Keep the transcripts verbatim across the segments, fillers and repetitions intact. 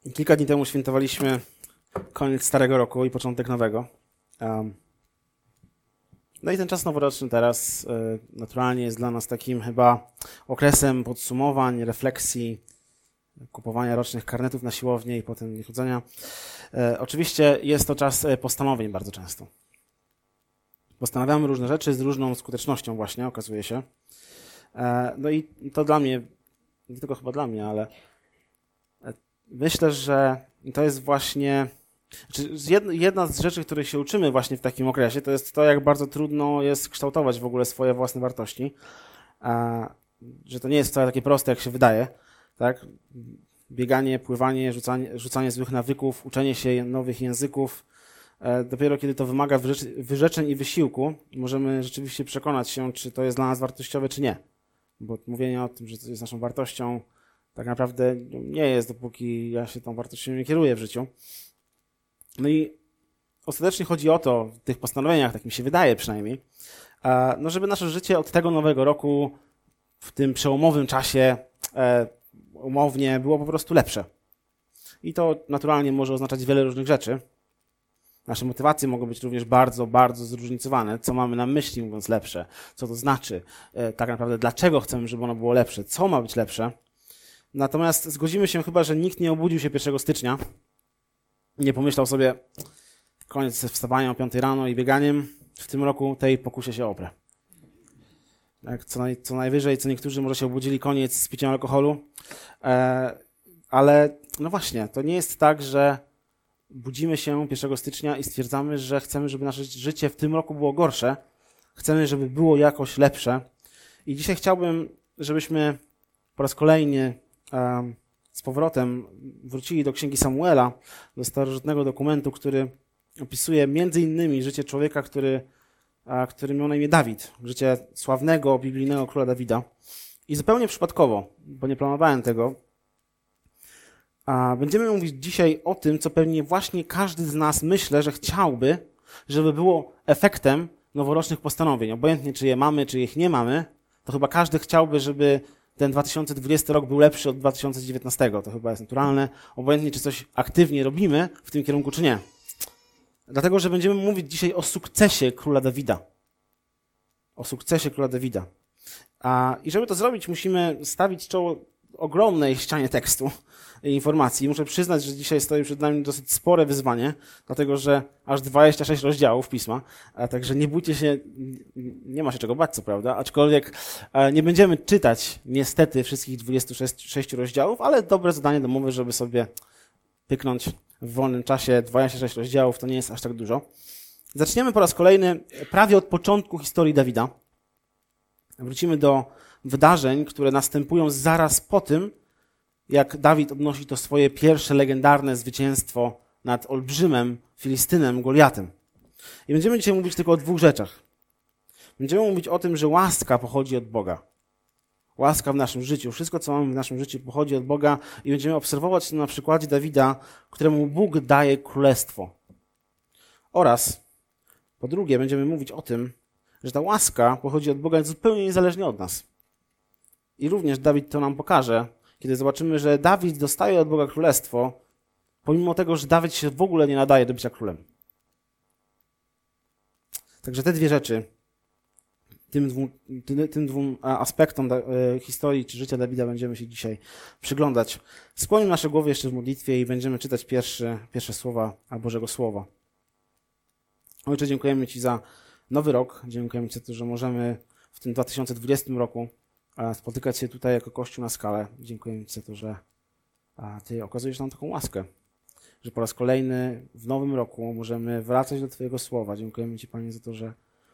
Kilka dni temu świętowaliśmy koniec starego roku i początek nowego. Um, no i ten czas noworoczny teraz y, naturalnie jest dla nas takim chyba okresem podsumowań, refleksji, kupowania rocznych karnetów na siłownię i potem nie chodzenia. E, oczywiście jest to czas postanowień bardzo często. Postanawiamy różne rzeczy z różną skutecznością właśnie, okazuje się. E, no i to dla mnie, nie tylko chyba dla mnie, ale myślę, że to jest właśnie, znaczy jedna z rzeczy, których się uczymy właśnie w takim okresie, to jest to, jak bardzo trudno jest kształtować w ogóle swoje własne wartości. A, że to nie jest wcale takie proste, jak się wydaje. Tak? Bieganie, pływanie, rzucanie, rzucanie złych nawyków, uczenie się nowych języków. E, dopiero kiedy to wymaga wyrzeczeń i wysiłku, możemy rzeczywiście przekonać się, czy to jest dla nas wartościowe, czy nie. Bo mówienie o tym, że to jest naszą wartością, tak naprawdę nie jest, dopóki ja się tą wartością nie kieruję w życiu. No i ostatecznie chodzi o to, w tych postanowieniach, tak mi się wydaje przynajmniej, no żeby nasze życie od tego nowego roku w tym przełomowym czasie umownie było po prostu lepsze. I to naturalnie może oznaczać wiele różnych rzeczy. Nasze motywacje mogą być również bardzo, bardzo zróżnicowane. Co mamy na myśli, mówiąc lepsze? Co to znaczy? Tak naprawdę dlaczego chcemy, żeby ono było lepsze? Co ma być lepsze? Natomiast zgodzimy się chyba, że nikt nie obudził się pierwszego stycznia. Nie pomyślał sobie, koniec ze wstawaniem o piątej rano i bieganiem. W tym roku tej pokusie się oprę. Tak, co, naj, co najwyżej, co niektórzy może się obudzili, koniec z piciem alkoholu. E, ale no właśnie, to nie jest tak, że budzimy się pierwszego stycznia i stwierdzamy, że chcemy, żeby nasze życie w tym roku było gorsze. Chcemy, żeby było jakoś lepsze. I dzisiaj chciałbym, żebyśmy po raz kolejny z powrotem wrócili do Księgi Samuela, do starożytnego dokumentu, który opisuje między innymi życie człowieka, który, który miał na imię Dawid, życie sławnego, biblijnego króla Dawida. I zupełnie przypadkowo, bo nie planowałem tego, będziemy mówić dzisiaj o tym, co pewnie właśnie każdy z nas myślę, że chciałby, żeby było efektem noworocznych postanowień. Obojętnie, czy je mamy, czy ich nie mamy, to chyba każdy chciałby, żeby ten dwa tysiące dwudziesty rok był lepszy od dwa tysiące dziewiętnastego. To chyba jest naturalne. Obojętnie, czy coś aktywnie robimy w tym kierunku, czy nie. Dlatego, że będziemy mówić dzisiaj o sukcesie króla Dawida. O sukcesie króla Dawida. A, I żeby to zrobić, musimy stawić czoło ogromnej ścianie tekstu i informacji. Muszę przyznać, że dzisiaj stoi przed nami dosyć spore wyzwanie, dlatego że aż dwadzieścia sześć rozdziałów pisma, a także nie bójcie się, nie ma się czego bać, co prawda, aczkolwiek nie będziemy czytać niestety wszystkich dwudziestu sześciu rozdziałów, ale dobre zadanie domowe, żeby sobie pyknąć w wolnym czasie dwadzieścia sześć rozdziałów, to nie jest aż tak dużo. Zaczniemy po raz kolejny prawie od początku historii Dawida. Wrócimy do wydarzeń, które następują zaraz po tym, jak Dawid odnosi to swoje pierwsze legendarne zwycięstwo nad olbrzymem Filistynem Goliatem. I będziemy dzisiaj mówić tylko o dwóch rzeczach. Będziemy mówić o tym, że łaska pochodzi od Boga. Łaska w naszym życiu. Wszystko, co mamy w naszym życiu, pochodzi od Boga i będziemy obserwować to na przykładzie Dawida, któremu Bóg daje królestwo. Oraz, po drugie, będziemy mówić o tym, że ta łaska pochodzi od Boga zupełnie niezależnie od nas. I również Dawid to nam pokaże, kiedy zobaczymy, że Dawid dostaje od Boga królestwo, pomimo tego, że Dawid się w ogóle nie nadaje do bycia królem. Także te dwie rzeczy, tym dwóm, tym dwóm aspektom historii czy życia Dawida będziemy się dzisiaj przyglądać. Skłonimy nasze głowy jeszcze w modlitwie i będziemy czytać pierwsze, pierwsze słowa Bożego Słowa. Ojcze, dziękujemy Ci za nowy rok. Dziękujemy Ci za to, że możemy w tym dwa tysiące dwudziestym roku spotykać się tutaj jako Kościół na skalę. Dziękujemy Ci za to, że Ty okazujesz nam taką łaskę, że po raz kolejny w nowym roku możemy wracać do Twojego Słowa. Dziękujemy Ci, Panie, za to, że,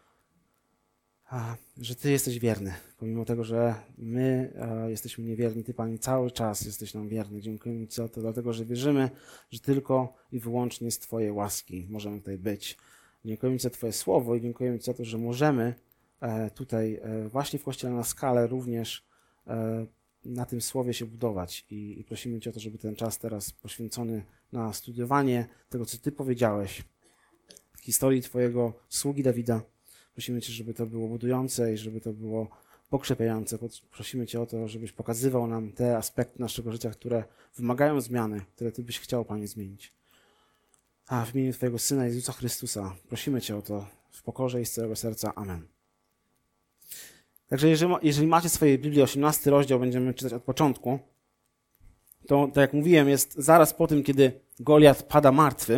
że Ty jesteś wierny. Pomimo tego, że my jesteśmy niewierni, Ty, Panie, cały czas jesteś nam wierny. Dziękujemy Ci za to, dlatego że wierzymy, że tylko i wyłącznie z Twojej łaski możemy tutaj być. Dziękujemy Ci za Twoje Słowo i dziękujemy Ci za to, że możemy tutaj właśnie w Kościele na skalę również na tym Słowie się budować i, i prosimy Cię o to, żeby ten czas teraz poświęcony na studiowanie tego, co Ty powiedziałeś, historii Twojego sługi Dawida, prosimy Cię, żeby to było budujące i żeby to było pokrzepiające. Prosimy Cię o to, żebyś pokazywał nam te aspekty naszego życia, które wymagają zmiany, które Ty byś chciał, Panie, zmienić. A w imieniu Twojego Syna Jezusa Chrystusa prosimy Cię o to w pokorze i z całego serca. Amen. Także jeżeli, jeżeli macie swoje Biblii, osiemnasty rozdział, będziemy czytać od początku, to tak jak mówiłem, jest zaraz po tym, kiedy Goliat pada martwy.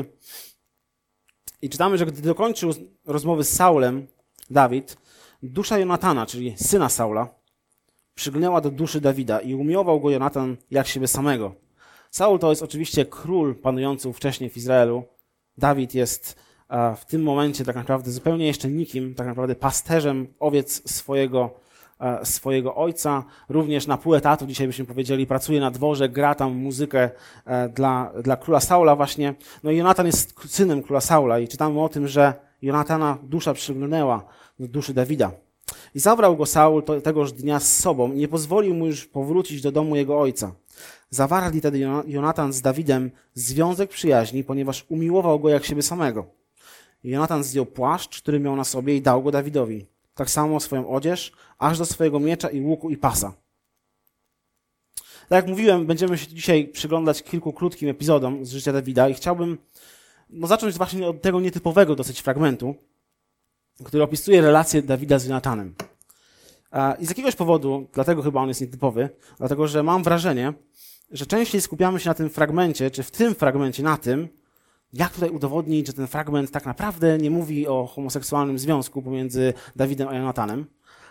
I czytamy, że gdy dokończył rozmowy z Saulem, Dawid, dusza Jonatana, czyli syna Saula, przygnęła do duszy Dawida i umiłował go Jonatan jak siebie samego. Saul to jest oczywiście król panujący wcześniej w Izraelu. Dawid jest w tym momencie tak naprawdę zupełnie jeszcze nikim, tak naprawdę pasterzem owiec swojego, swojego ojca. Również na pół etatu, dzisiaj byśmy powiedzieli, pracuje na dworze, gra tam muzykę dla, dla króla Saula właśnie. No i Jonatan jest synem króla Saula i czytamy o tym, że Jonatana dusza przygnęła do duszy Dawida. I zabrał go Saul tegoż dnia z sobą i nie pozwolił mu już powrócić do domu jego ojca. Zawarli tedy Jonatan z Dawidem związek przyjaźni, ponieważ umiłował go jak siebie samego. I Jonatan zdjął płaszcz, który miał na sobie i dał go Dawidowi. Tak samo swoją odzież, aż do swojego miecza i łuku i pasa. Tak jak mówiłem, będziemy się dzisiaj przyglądać kilku krótkim epizodom z życia Dawida i chciałbym no, zacząć właśnie od tego nietypowego dosyć fragmentu, który opisuje relację Dawida z Jonatanem. I z jakiegoś powodu, dlatego chyba on jest nietypowy, dlatego że mam wrażenie, że częściej skupiamy się na tym fragmencie, czy w tym fragmencie na tym, jak tutaj udowodnić, że ten fragment tak naprawdę nie mówi o homoseksualnym związku pomiędzy Dawidem a Jonatanem.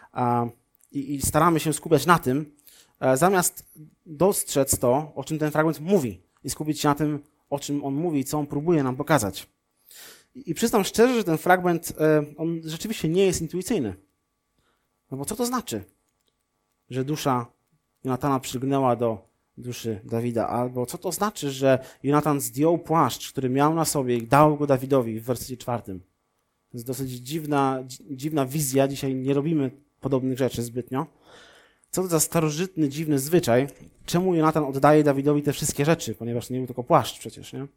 I, i staramy się skupiać na tym, zamiast dostrzec to, o czym ten fragment mówi i skupić się na tym, o czym on mówi i co on próbuje nam pokazać. I, i przyznam szczerze, że ten fragment, on rzeczywiście nie jest intuicyjny. No bo co to znaczy, że dusza Jonatana przygnęła do duszy Dawida? Albo co to znaczy, że Jonatan zdjął płaszcz, który miał na sobie i dał go Dawidowi w wersecie czwartym? To jest dosyć dziwna, dziwna wizja. Dzisiaj nie robimy podobnych rzeczy zbytnio. Co to za starożytny, dziwny zwyczaj? Czemu Jonatan oddaje Dawidowi te wszystkie rzeczy? Ponieważ nie był tylko płaszcz przecież, nie?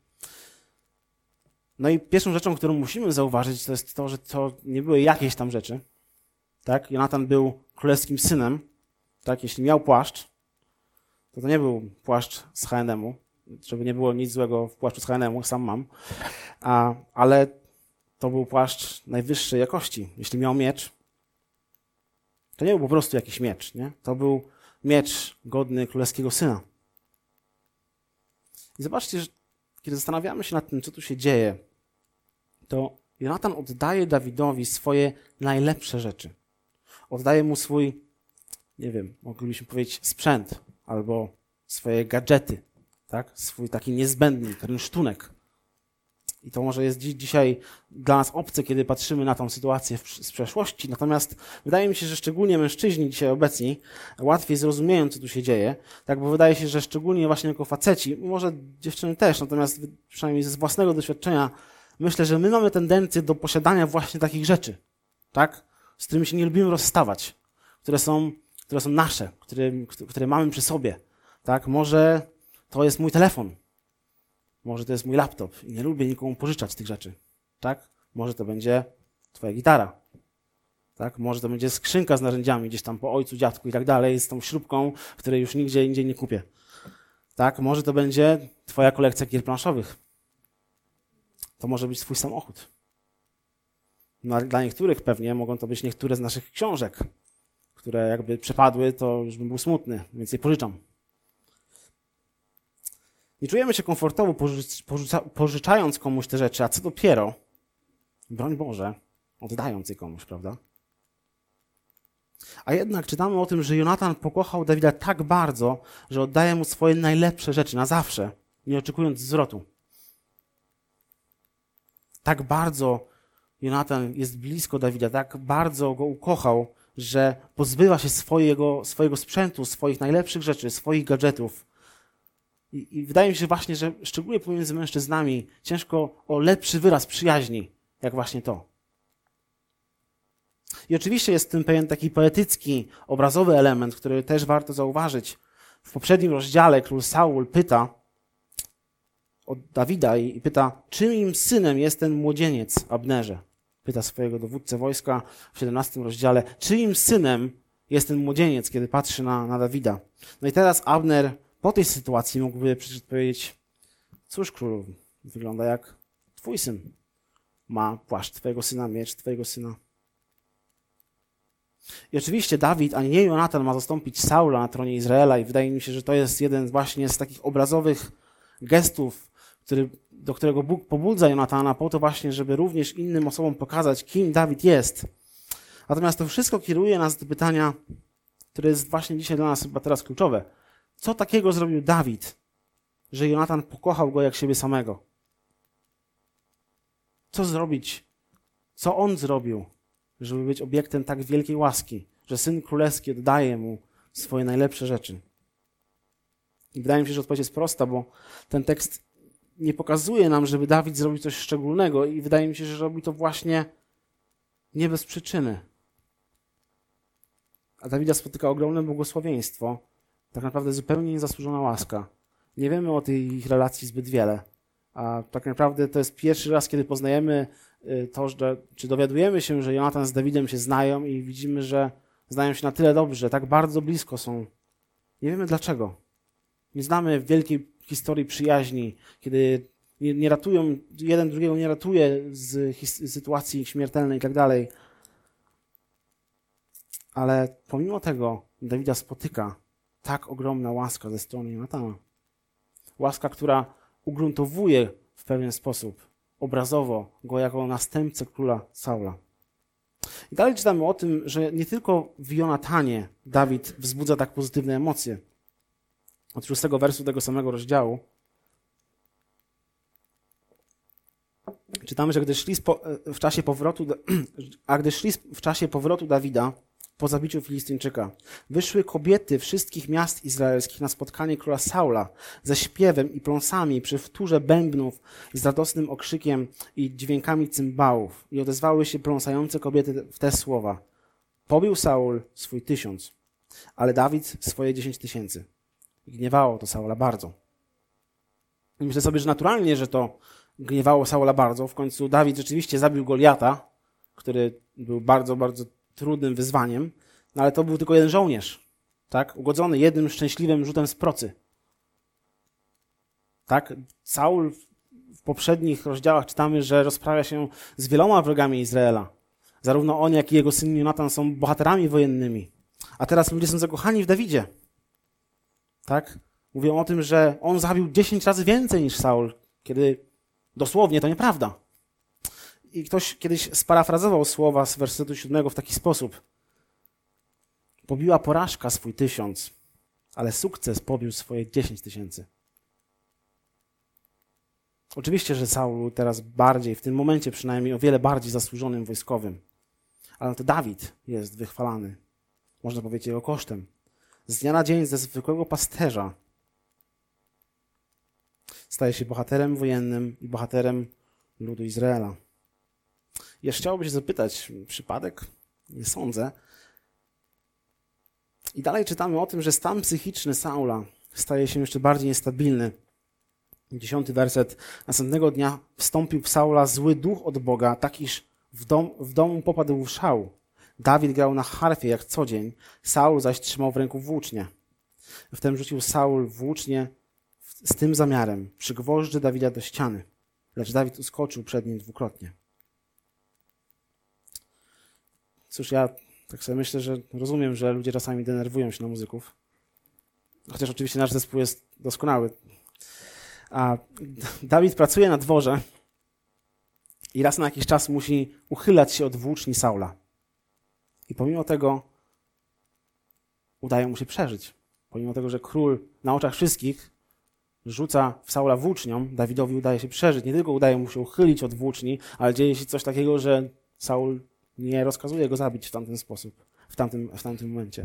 No i pierwszą rzeczą, którą musimy zauważyć, to jest to, że to nie były jakieś tam rzeczy. Tak? Jonatan był królewskim synem. Tak? Jeśli miał płaszcz, to to nie był płaszcz z H and M-u, żeby nie było nic złego w płaszczu z H and M-u, sam mam, A, ale to był płaszcz najwyższej jakości. Jeśli miał miecz, to nie był po prostu jakiś miecz, nie? To był miecz godny królewskiego syna. I zobaczcie, że kiedy zastanawiamy się nad tym, co tu się dzieje, to Jonatan oddaje Dawidowi swoje najlepsze rzeczy. Oddaje mu swój, nie wiem, moglibyśmy powiedzieć sprzęt, albo swoje gadżety, tak? Swój taki niezbędny rynsztunek. I to może jest dziś, dzisiaj dla nas obce, kiedy patrzymy na tą sytuację w, z przeszłości. Natomiast wydaje mi się, że szczególnie mężczyźni dzisiaj obecni łatwiej zrozumieją, co tu się dzieje. Tak, bo wydaje się, że szczególnie właśnie jako faceci, może dziewczyny też, natomiast przynajmniej ze własnego doświadczenia myślę, że my mamy tendencję do posiadania właśnie takich rzeczy, tak? Z którymi się nie lubimy rozstawać, które są, które są nasze, które, które mamy przy sobie. Tak? Może to jest mój telefon, może to jest mój laptop i nie lubię nikomu pożyczać tych rzeczy. Tak? Może to będzie twoja gitara. Tak? Może to będzie skrzynka z narzędziami gdzieś tam po ojcu, dziadku i tak dalej, z tą śrubką, której już nigdzie indziej nie kupię. Tak? Może to będzie twoja kolekcja gier planszowych. To może być twój samochód. No, dla niektórych pewnie mogą to być niektóre z naszych książek, które jakby przepadły, to już bym był smutny, więc je pożyczam. Nie czujemy się komfortowo pożycz, pożycza, pożyczając komuś te rzeczy, a co dopiero, broń Boże, oddając je komuś, prawda? A jednak czytamy o tym, że Jonatan pokochał Dawida tak bardzo, że oddaje mu swoje najlepsze rzeczy na zawsze, nie oczekując zwrotu. Tak bardzo Jonatan jest blisko Dawida, tak bardzo go ukochał, że pozbywa się swojego, swojego sprzętu, swoich najlepszych rzeczy, swoich gadżetów. I, I wydaje mi się właśnie, że szczególnie pomiędzy mężczyznami ciężko o lepszy wyraz przyjaźni, jak właśnie to. I oczywiście jest w tym pewien taki poetycki, obrazowy element, który też warto zauważyć. W poprzednim rozdziale król Saul pyta od Dawida i pyta, czyim synem jest ten młodzieniec, Abnerze? Pyta swojego dowódcę wojska w siedemnastym rozdziale, czyim synem jest ten młodzieniec, kiedy patrzy na, na Dawida. No i teraz Abner po tej sytuacji mógłby przecież powiedzieć, cóż królu, wygląda jak twój syn. Ma płaszcz twojego syna, miecz twojego syna. I oczywiście Dawid, a nie Jonatan ma zastąpić Saula na tronie Izraela i wydaje mi się, że to jest jeden właśnie z takich obrazowych gestów, który, do którego Bóg pobudza Jonatana po to właśnie, żeby również innym osobom pokazać, kim Dawid jest. Natomiast to wszystko kieruje nas do pytania, które jest właśnie dzisiaj dla nas chyba teraz kluczowe. Co takiego zrobił Dawid, że Jonatan pokochał go jak siebie samego? Co zrobić? Co on zrobił, żeby być obiektem tak wielkiej łaski, że Syn Królewski oddaje mu swoje najlepsze rzeczy? I wydaje mi się, że odpowiedź jest prosta, bo ten tekst nie pokazuje nam, żeby Dawid zrobił coś szczególnego i wydaje mi się, że robi to właśnie nie bez przyczyny. A Dawida spotyka ogromne błogosławieństwo, tak naprawdę zupełnie niezasłużona łaska. Nie wiemy o tej ich relacji zbyt wiele, a tak naprawdę to jest pierwszy raz, kiedy poznajemy to, że, czy dowiadujemy się, że Jonatan z Dawidem się znają i widzimy, że znają się na tyle dobrze, tak bardzo blisko są. Nie wiemy dlaczego. Nie znamy wielkiej historii przyjaźni, kiedy nie, nie ratują, jeden drugiego nie ratuje z his, sytuacji śmiertelnej i tak dalej. Ale pomimo tego Dawida spotyka tak ogromna łaska ze strony Jonatana. Łaska, która ugruntowuje w pewien sposób obrazowo go jako następcę króla Saula. I dalej czytamy o tym, że nie tylko w Jonatanie Dawid wzbudza tak pozytywne emocje. Od szóstego wersu tego samego rozdziału czytamy, że gdy szli w czasie powrotu, a gdy szli w czasie powrotu Dawida po zabiciu Filistyńczyka, wyszły kobiety wszystkich miast izraelskich na spotkanie króla Saula ze śpiewem i pląsami przy wtórze bębnów z radosnym okrzykiem i dźwiękami cymbałów. I odezwały się pląsające kobiety w te słowa. Pobił Saul swój tysiąc, ale Dawid swoje dziesięć tysięcy. I gniewało to Saula bardzo. I myślę sobie, że naturalnie, że to gniewało Saula bardzo. W końcu Dawid rzeczywiście zabił Goliata, który był bardzo, bardzo trudnym wyzwaniem, no ale to był tylko jeden żołnierz, tak? Ugodzony jednym szczęśliwym rzutem z procy. Tak? Saul w poprzednich rozdziałach czytamy, że rozprawia się z wieloma wrogami Izraela. Zarówno on, jak i jego syn Jonatan są bohaterami wojennymi. A teraz ludzie są zakochani w Dawidzie. Tak? Mówią o tym, że on zabił dziesięć razy więcej niż Saul, kiedy dosłownie to nieprawda. I ktoś kiedyś sparafrazował słowa z wersetu siódmego w taki sposób. Pobiła porażka swój tysiąc, ale sukces pobił swoje dziesięć tysięcy. Oczywiście, że Saul teraz bardziej, w tym momencie przynajmniej o wiele bardziej zasłużonym wojskowym. Ale to Dawid jest wychwalany. Można powiedzieć jego kosztem. Z dnia na dzień ze zwykłego pasterza staje się bohaterem wojennym i bohaterem ludu Izraela. Jeszcze chciałoby się zapytać, przypadek? Nie sądzę. I dalej czytamy o tym, że stan psychiczny Saula staje się jeszcze bardziej niestabilny. Dziesiąty werset. Następnego dnia wstąpił w Saula zły duch od Boga, tak iż w, dom, w domu popadł w szał. Dawid grał na harfie jak co dzień, Saul zaś trzymał w ręku włócznię. Wtem rzucił Saul włócznię z tym zamiarem, przygwożdży Dawida do ściany. Lecz Dawid uskoczył przed nim dwukrotnie. Cóż, ja tak sobie myślę, że rozumiem, że ludzie czasami denerwują się na muzyków. Chociaż oczywiście nasz zespół jest doskonały. A Dawid pracuje na dworze i raz na jakiś czas musi uchylać się od włóczni Saula. I pomimo tego udaje mu się przeżyć. Pomimo tego, że król na oczach wszystkich rzuca w Saula włócznią, Dawidowi udaje się przeżyć. Nie tylko udaje mu się uchylić od włóczni, ale dzieje się coś takiego, że Saul nie rozkazuje go zabić w tamten sposób, w tamtym, w tamtym momencie.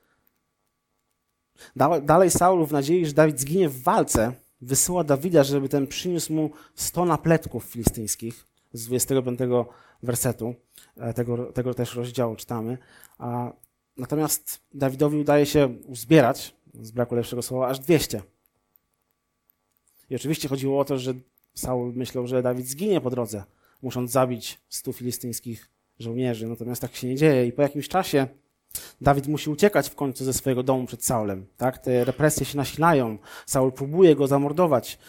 Dalej Saul w nadziei, że Dawid zginie w walce, wysyła Dawida, żeby ten przyniósł mu sto napletków filistyńskich z dwudziestego piątego wersetu tego, tego też rozdziału czytamy. A, natomiast Dawidowi udaje się uzbierać, z braku lepszego słowa, aż dwieście. I oczywiście chodziło o to, że Saul myślał, że Dawid zginie po drodze, musząc zabić stu filistyńskich żołnierzy. Natomiast tak się nie dzieje. I po jakimś czasie Dawid musi uciekać w końcu ze swojego domu przed Saulem. Tak? Te represje się nasilają. Saul próbuje go zamordować.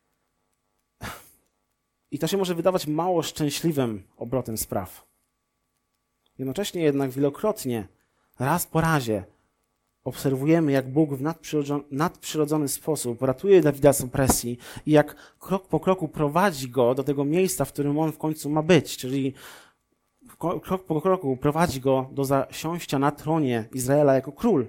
I to się może wydawać mało szczęśliwym obrotem spraw. Jednocześnie jednak wielokrotnie, raz po razie, obserwujemy, jak Bóg w nadprzyrodzony, nadprzyrodzony sposób ratuje Dawida z opresji i jak krok po kroku prowadzi go do tego miejsca, w którym on w końcu ma być, czyli krok po kroku prowadzi go do zasiąścia na tronie Izraela jako król.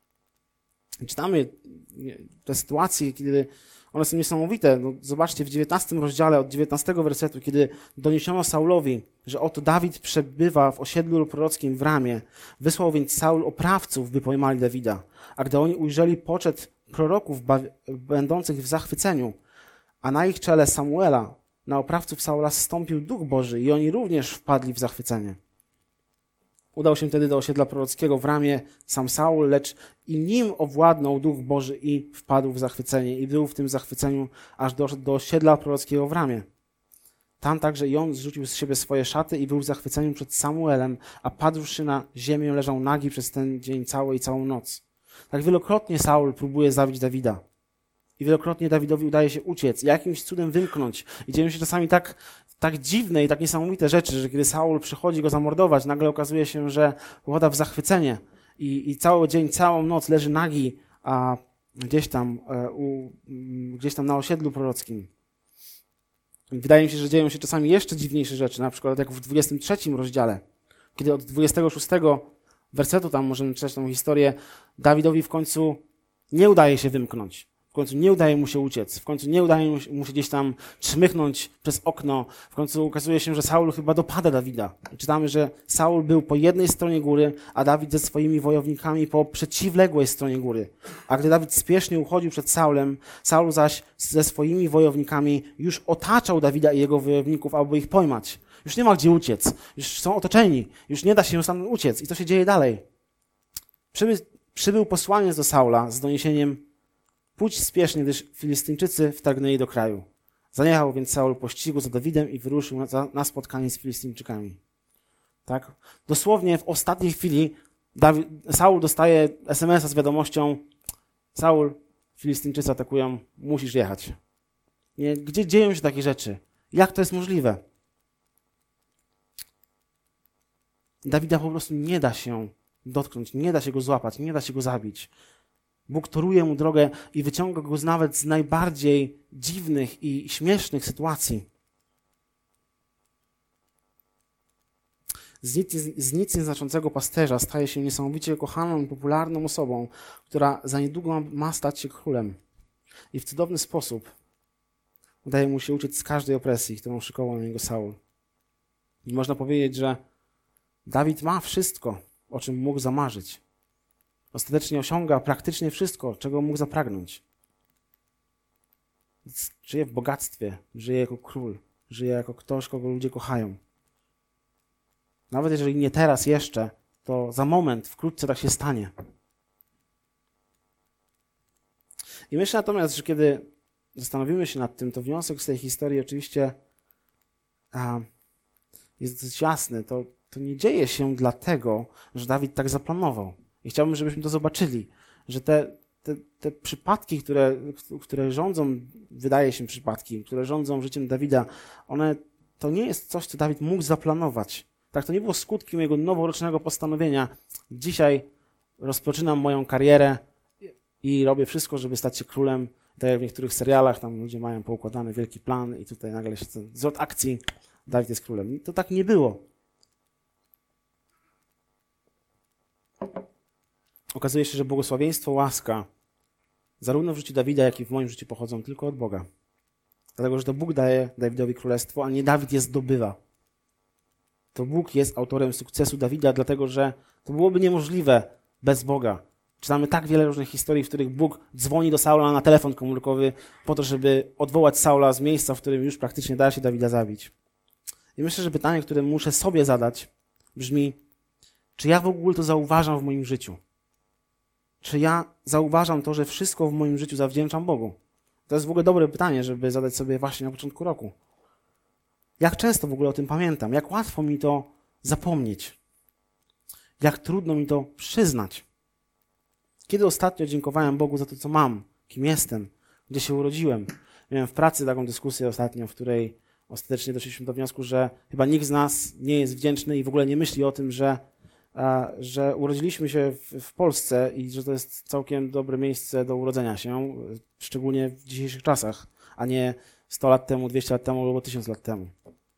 I czytamy te sytuacje, kiedy one są niesamowite. No, zobaczcie w dziewiętnastym rozdziale od dziewiętnastego wersetu, kiedy doniesiono Saulowi, że oto Dawid przebywa w osiedlu prorockim w Ramie. Wysłał więc Saul oprawców, by pojmali Dawida. A gdy oni ujrzeli poczet proroków będących w zachwyceniu, a na ich czele Samuela, na oprawców Saula zstąpił Duch Boży i oni również wpadli w zachwycenie. Udał się wtedy do osiedla prorockiego w Ramie sam Saul, lecz i nim owładnął Duch Boży i wpadł w zachwycenie i był w tym zachwyceniu, aż doszedł do osiedla prorockiego w Ramie. Tam także i on zrzucił z siebie swoje szaty i był w zachwyceniu przed Samuelem, a padłszy na ziemię leżał nagi przez ten dzień cały i całą noc. Tak wielokrotnie Saul próbuje zabić Dawida. I wielokrotnie Dawidowi udaje się uciec, jakimś cudem wymknąć. I dzieją się czasami tak, tak dziwne i tak niesamowite rzeczy, że kiedy Saul przychodzi go zamordować, nagle okazuje się, że popada w zachwycenie i, i cały dzień, całą noc leży nagi, a gdzieś tam, u, gdzieś tam na osiedlu prorockim. I wydaje mi się, że dzieją się czasami jeszcze dziwniejsze rzeczy, na przykład jak w dwudziestym trzecim rozdziale, kiedy od dwudziestego szóstego wersetu tam możemy czytać tą historię, Dawidowi w końcu nie udaje się wymknąć. W końcu nie udaje mu się uciec, w końcu nie udaje mu się gdzieś tam czmychnąć przez okno, w końcu okazuje się, że Saul chyba dopada Dawida. I czytamy, że Saul był po jednej stronie góry, a Dawid ze swoimi wojownikami po przeciwległej stronie góry. A gdy Dawid spiesznie uchodził przed Saulem, Saul zaś ze swoimi wojownikami już otaczał Dawida i jego wojowników, aby ich pojmać. Już nie ma gdzie uciec, już są otoczeni, już nie da się stamtąd uciec. I co się dzieje dalej? Przyby, przybył posłaniec do Saula z doniesieniem: pójdź spiesznie, gdyż Filistyńczycy wtargnęli do kraju. Zaniechał więc Saul pościgu za Dawidem i wyruszył na, na spotkanie z Filistyńczykami. Tak? Dosłownie w ostatniej chwili Dawid, Saul dostaje es em es a z wiadomością: Saul, Filistyńczycy atakują, musisz jechać. Nie? Gdzie dzieją się takie rzeczy? Jak to jest możliwe? Dawida po prostu nie da się dotknąć, nie da się go złapać, nie da się go zabić. Bóg toruje mu drogę i wyciąga go nawet z najbardziej dziwnych i śmiesznych sytuacji. Z nic, z nic nieznaczącego pasterza staje się niesamowicie kochaną i popularną osobą, która za niedługo ma stać się królem. I w cudowny sposób udaje mu się uciec z każdej opresji, którą szykował na niego Saul. I można powiedzieć, że Dawid ma wszystko, o czym mógł zamarzyć. Ostatecznie osiąga praktycznie wszystko, czego mógł zapragnąć. Żyje w bogactwie, żyje jako król, żyje jako ktoś, kogo ludzie kochają. Nawet jeżeli nie teraz jeszcze, to za moment, wkrótce tak się stanie. I myślę natomiast, że kiedy zastanowimy się nad tym, to wniosek z tej historii oczywiście a, jest dosyć jasny. To, to nie dzieje się dlatego, że Dawid tak zaplanował. I chciałbym, żebyśmy to zobaczyli, że te, te, te przypadki, które, które rządzą, wydaje się przypadki, które rządzą życiem Dawida, one to nie jest coś, co Dawid mógł zaplanować. Tak, to nie było skutkiem jego noworocznego postanowienia. Dzisiaj rozpoczynam moją karierę i robię wszystko, żeby stać się królem. Tak jak w niektórych serialach, tam ludzie mają poukładany wielki plan i tutaj nagle się zwrot akcji, Dawid jest królem. To tak nie było. Okazuje się, że błogosławieństwo, łaska zarówno w życiu Dawida, jak i w moim życiu pochodzą tylko od Boga. Dlatego, że to Bóg daje Dawidowi królestwo, a nie Dawid je zdobywa. To Bóg jest autorem sukcesu Dawida, dlatego że to byłoby niemożliwe bez Boga. Czytamy tak wiele różnych historii, w których Bóg dzwoni do Saula na telefon komórkowy po to, żeby odwołać Saula z miejsca, w którym już praktycznie da się Dawida zabić. I myślę, że pytanie, które muszę sobie zadać, brzmi: czy ja w ogóle to zauważam w moim życiu? Czy ja zauważam to, że wszystko w moim życiu zawdzięczam Bogu? To jest w ogóle dobre pytanie, żeby zadać sobie właśnie na początku roku. Jak często w ogóle o tym pamiętam? Jak łatwo mi to zapomnieć? jak trudno mi to przyznać. Kiedy ostatnio dziękowałem Bogu za to, co mam, kim jestem, gdzie się urodziłem. Miałem w pracy taką dyskusję ostatnio, w której ostatecznie doszliśmy do wniosku, że chyba nikt z nas nie jest wdzięczny i w ogóle nie myśli o tym, że, a, że urodziliśmy się w, w Polsce i że to jest całkiem dobre miejsce do urodzenia się, szczególnie w dzisiejszych czasach, a nie sto lat temu, dwieście lat temu albo tysiąc lat temu.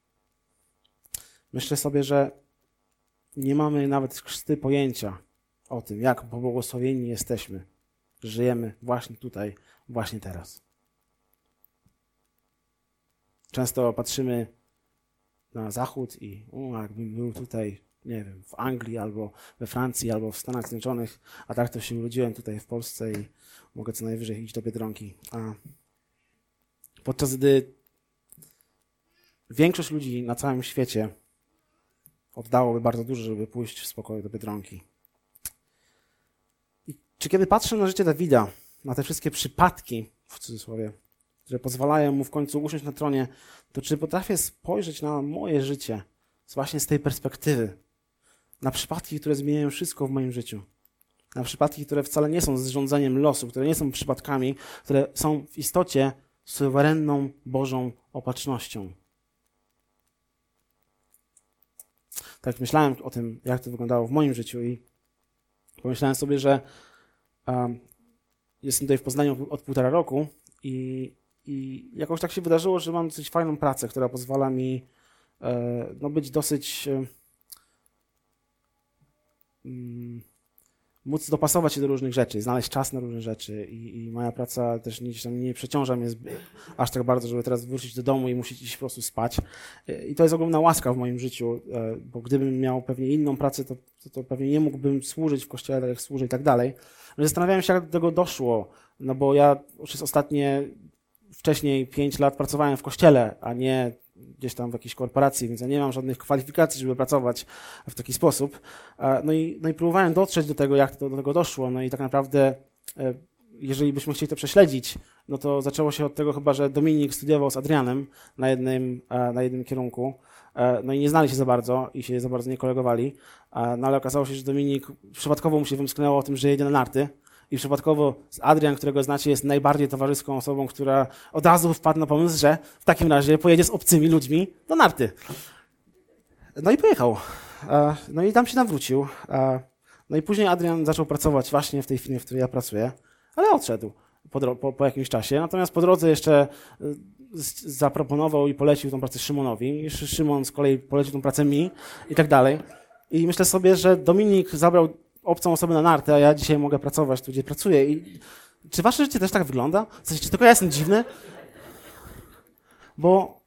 Myślę sobie, że nie mamy nawet krzty pojęcia o tym, jak pobłogosławieni jesteśmy, że żyjemy właśnie tutaj, właśnie teraz. Często patrzymy na zachód i o, jakbym był tutaj, nie wiem, w Anglii albo we Francji, albo w Stanach Zjednoczonych, a tak to się urodziłem tutaj w Polsce i mogę co najwyżej iść do Biedronki. A podczas gdy większość ludzi na całym świecie oddałoby bardzo dużo, żeby pójść w spokoju do Biedronki. I czy kiedy patrzę na życie Dawida, na te wszystkie przypadki, w cudzysłowie, które pozwalają mu w końcu usiąść na tronie, to czy potrafię spojrzeć na moje życie właśnie z tej perspektywy, na przypadki, które zmieniają wszystko w moim życiu, na przypadki, które wcale nie są zrządzeniem losu, które nie są przypadkami, które są w istocie suwerenną Bożą opatrznością. Tak myślałem o tym, jak to wyglądało w moim życiu i pomyślałem sobie, że um, jestem tutaj w Poznaniu od półtora roku i, i jakoś tak się wydarzyło, że mam dosyć fajną pracę, która pozwala mi e, no, być dosyć e, mm, móc dopasować się do różnych rzeczy, znaleźć czas na różne rzeczy i, i moja praca też gdzieś tam nie przeciąża mnie zbyt, aż tak bardzo, żeby teraz wrócić do domu i musieć iść po prostu spać. I to jest ogromna łaska w moim życiu, bo gdybym miał pewnie inną pracę, to, to, to pewnie nie mógłbym służyć w kościele, tak jak służę i tak dalej. No zastanawiałem się, jak do tego doszło, no bo ja przez ostatnie wcześniej pięć lat pracowałem w kościele, a nie gdzieś tam w jakiejś korporacji, więc ja nie mam żadnych kwalifikacji, żeby pracować w taki sposób. No i, no i próbowałem dotrzeć do tego, jak to do tego doszło. No i tak naprawdę, jeżeli byśmy chcieli to prześledzić, no to zaczęło się od tego chyba, że Dominik studiował z Adrianem na jednym, na jednym kierunku. No i nie znali się za bardzo i się za bardzo nie kolegowali. No ale okazało się, że Dominik przypadkowo mu się wymsknęło o tym, że jedzie na narty. I przypadkowo Adrian, którego znacie, jest najbardziej towarzyską osobą, która od razu wpadł na pomysł, że w takim razie pojedzie z obcymi ludźmi do narty. No i pojechał. No i tam się nawrócił. No i później Adrian zaczął pracować właśnie w tej firmie, w której ja pracuję, ale odszedł po, po, po jakimś czasie. Natomiast po drodze jeszcze zaproponował i polecił tą pracę Szymonowi. Szymon z kolei polecił tą pracę mi i tak dalej. I myślę sobie, że Dominik zabrał obcą osobę na nartę, a ja dzisiaj mogę pracować tu, gdzie pracuję. I czy wasze życie też tak wygląda? W sensie, czy tylko ja jestem dziwny? Bo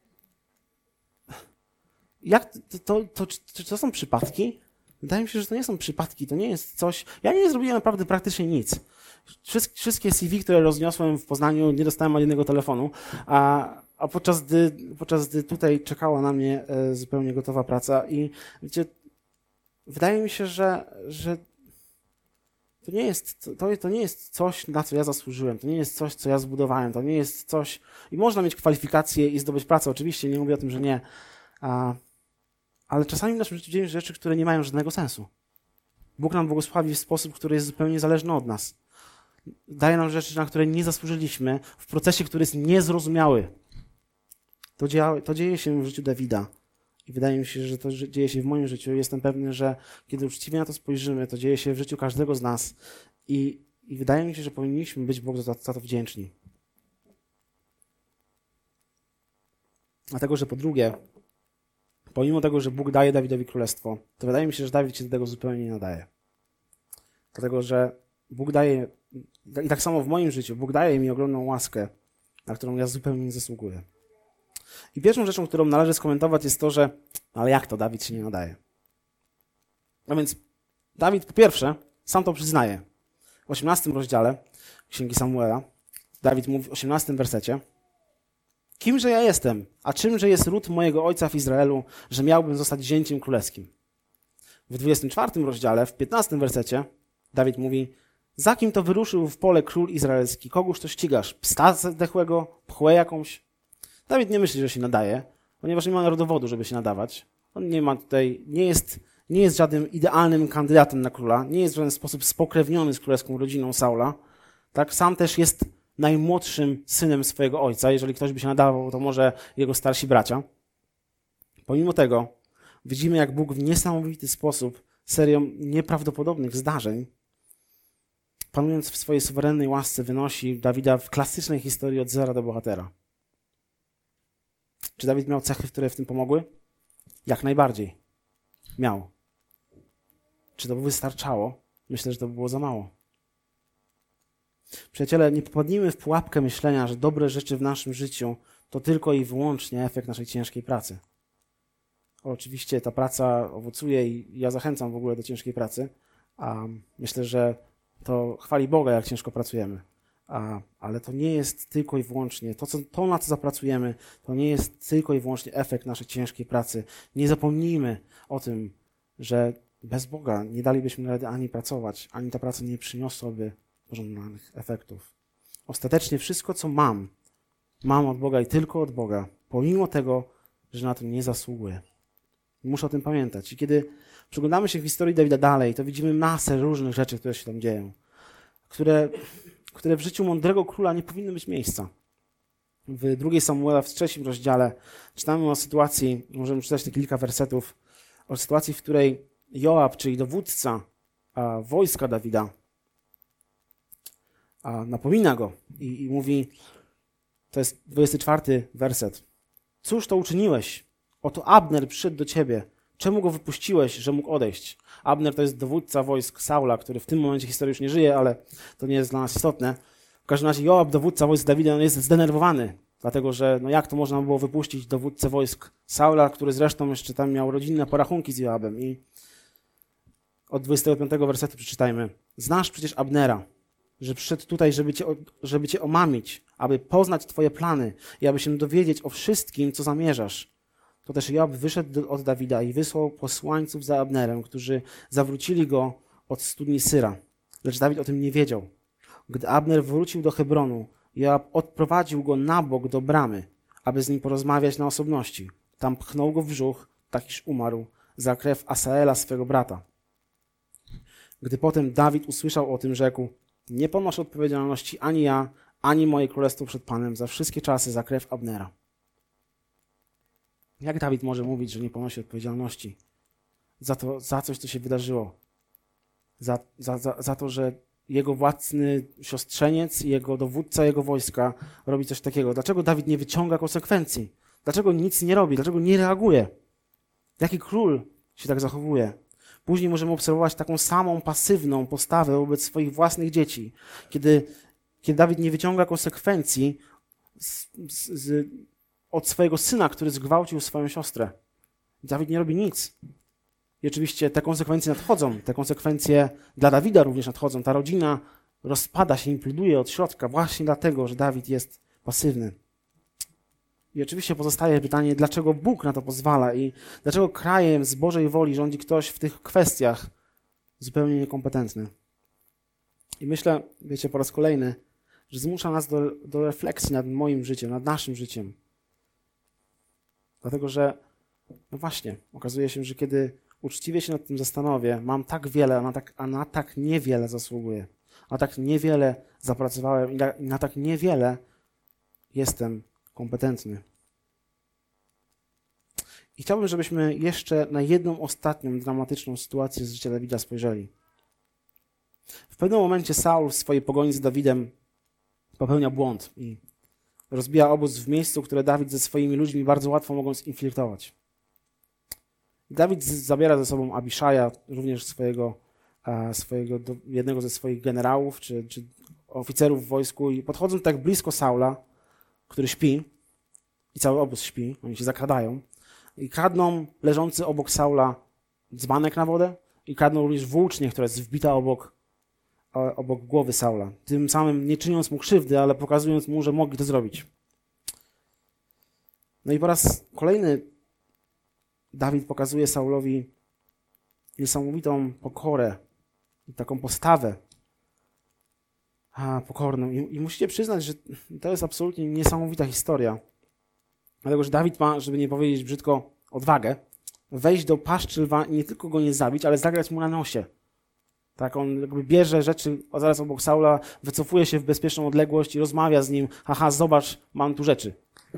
jak to, to, to, czy to są przypadki? Wydaje mi się, że to nie są przypadki, to nie jest coś... Ja nie zrobiłem naprawdę praktycznie nic. Wszystkie C V, które rozniosłem w Poznaniu, nie dostałem ani jednego telefonu, a, a podczas, gdy, podczas gdy tutaj czekała na mnie zupełnie gotowa praca i wiecie, wydaje mi się, że, że To nie, jest, to, to nie jest coś, na co ja zasłużyłem, to nie jest coś, co ja zbudowałem, to nie jest coś... I można mieć kwalifikacje i zdobyć pracę, oczywiście, nie mówię o tym, że nie, a, ale czasami w naszym życiu dzieją się rzeczy, które nie mają żadnego sensu. Bóg nam błogosławi w sposób, który jest zupełnie zależny od nas. Daje nam rzeczy, na które nie zasłużyliśmy, w procesie, który jest niezrozumiały. To, dzieje, to dzieje się w życiu Dawida. I wydaje mi się, że to dzieje się w moim życiu. Jestem pewny, że kiedy uczciwie na to spojrzymy, to dzieje się w życiu każdego z nas. I, i wydaje mi się, że powinniśmy być Bogu za, za to wdzięczni. Dlatego, że po drugie, pomimo tego, że Bóg daje Dawidowi królestwo, to wydaje mi się, że Dawid się do tego zupełnie nie nadaje. Dlatego, że Bóg daje, i tak samo w moim życiu, Bóg daje mi ogromną łaskę, na którą ja zupełnie nie zasługuję. I pierwszą rzeczą, którą należy skomentować, jest to, że ale jak to Dawid się nie nadaje? No więc Dawid po pierwsze sam to przyznaje. W osiemnastym rozdziale Księgi Samuela Dawid mówi w osiemnastym wersecie: Kimże ja jestem, a czymże jest ród mojego ojca w Izraelu, że miałbym zostać zięciem królewskim? W dwudziestym czwartym rozdziale, w piętnastym wersecie Dawid mówi: Za kim to wyruszył w pole król izraelski? Kogóż to ścigasz? Psta zdechłego? Pchłę jakąś? Dawid nie myśli, że się nadaje, ponieważ nie ma dowodu, żeby się nadawać. On nie ma tutaj, nie jest, nie jest żadnym idealnym kandydatem na króla, nie jest w żaden sposób spokrewniony z królewską rodziną Saula. Tak? Sam też jest najmłodszym synem swojego ojca. Jeżeli ktoś by się nadawał, to może jego starsi bracia. Pomimo tego widzimy, jak Bóg w niesamowity sposób, serią nieprawdopodobnych zdarzeń, panując w swojej suwerennej łasce, wynosi Dawida w klasycznej historii od zera do bohatera. Czy Dawid miał cechy, które w tym pomogły? Jak najbardziej. Miał. Czy to by wystarczało? Myślę, że to by było za mało. Przyjaciele, nie popadnijmy w pułapkę myślenia, że dobre rzeczy w naszym życiu to tylko i wyłącznie efekt naszej ciężkiej pracy. Oczywiście ta praca owocuje i ja zachęcam w ogóle do ciężkiej pracy, a myślę, że to chwali Boga, jak ciężko pracujemy. A, ale to nie jest tylko i wyłącznie, to, co, to na co zapracujemy, to nie jest tylko i wyłącznie efekt naszej ciężkiej pracy. Nie zapomnijmy o tym, że bez Boga nie dalibyśmy rady ani pracować, ani ta praca nie przyniosłaby pożądanych efektów. Ostatecznie wszystko, co mam, mam od Boga i tylko od Boga, pomimo tego, że na to nie zasługuję. Muszę o tym pamiętać. I kiedy przyglądamy się w historii Dawida dalej, to widzimy masę różnych rzeczy, które się tam dzieją, które, które w życiu mądrego króla nie powinny mieć miejsca. W drugiej Samuela, w trzecim rozdziale, czytamy o sytuacji, możemy czytać te kilka wersetów, o sytuacji, w której Joab, czyli dowódca a, wojska Dawida, a, napomina go i, i mówi, to jest dwudziesty czwarty werset. Cóż to uczyniłeś? Oto Abner przyszedł do ciebie. Czemu go wypuściłeś, że mógł odejść? Abner to jest dowódca wojsk Saula, który w tym momencie historii już nie żyje, ale to nie jest dla nas istotne. W każdym razie Joab, dowódca wojsk Dawida, on jest zdenerwowany, dlatego że no jak to można było wypuścić dowódcę wojsk Saula, który zresztą jeszcze tam miał rodzinne porachunki z Joabem. I od dwudziestego piątego wersetu przeczytajmy. Znasz przecież Abnera, że przyszedł tutaj, żeby cię, żeby cię omamić, aby poznać twoje plany i aby się dowiedzieć o wszystkim, co zamierzasz. To też Joab wyszedł do, od Dawida i wysłał posłańców za Abnerem, którzy zawrócili go od studni Syra. Lecz Dawid o tym nie wiedział. Gdy Abner wrócił do Hebronu, Joab odprowadził go na bok do bramy, aby z nim porozmawiać na osobności. Tam pchnął go w brzuch, tak iż umarł, za krew Asaela, swego brata. Gdy potem Dawid usłyszał o tym, rzekł: nie ponoszę odpowiedzialności ani ja, ani moje królestwo przed Panem za wszystkie czasy za krew Abnera. Jak Dawid może mówić, że nie ponosi odpowiedzialności za to, za coś, co się wydarzyło? Za, za, za, za to, że jego własny siostrzeniec, jego dowódca jego wojska robi coś takiego. Dlaczego Dawid nie wyciąga konsekwencji? Dlaczego nic nie robi? Dlaczego nie reaguje? Jaki król się tak zachowuje? Później możemy obserwować taką samą pasywną postawę wobec swoich własnych dzieci. Kiedy, kiedy Dawid nie wyciąga konsekwencji z, z, z, od swojego syna, który zgwałcił swoją siostrę. Dawid nie robi nic. I oczywiście te konsekwencje nadchodzą. Te konsekwencje dla Dawida również nadchodzą. Ta rodzina rozpada się, imploduje od środka właśnie dlatego, że Dawid jest pasywny. I oczywiście pozostaje pytanie, dlaczego Bóg na to pozwala i dlaczego krajem z Bożej woli rządzi ktoś w tych kwestiach zupełnie niekompetentny. I myślę, wiecie, po raz kolejny, że zmusza nas do, do refleksji nad moim życiem, nad naszym życiem. Dlatego, że no właśnie, okazuje się, że kiedy uczciwie się nad tym zastanowię, mam tak wiele, a na tak, a na tak niewiele zasługuję. A tak niewiele zapracowałem i na, i na tak niewiele jestem kompetentny. I chciałbym, żebyśmy jeszcze na jedną ostatnią dramatyczną sytuację z życia Dawida spojrzeli. W pewnym momencie Saul w swojej pogoni z Dawidem popełnia błąd i rozbija obóz w miejscu, które Dawid ze swoimi ludźmi bardzo łatwo mogą zinfiltrować. Dawid zabiera ze sobą Abiszaja, również swojego, swojego jednego ze swoich generałów czy, czy oficerów w wojsku i podchodzą tak blisko Saula, który śpi i cały obóz śpi, oni się zakradają i kradną leżący obok Saula dzbanek na wodę i kradną również włócznię, która jest wbita obok, obok głowy Saula. Tym samym nie czyniąc mu krzywdy, ale pokazując mu, że mogli to zrobić. No i po raz kolejny Dawid pokazuje Saulowi niesamowitą pokorę i taką postawę a, pokorną. I, I musicie przyznać, że to jest absolutnie niesamowita historia. Dlatego, że Dawid ma, żeby nie powiedzieć brzydko, odwagę wejść do paszczy lwa i nie tylko go nie zabić, ale zagrać mu na nosie. Tak, on jakby bierze rzeczy zaraz obok Saula, wycofuje się w bezpieczną odległość i rozmawia z nim. Haha, zobacz, mam tu rzeczy.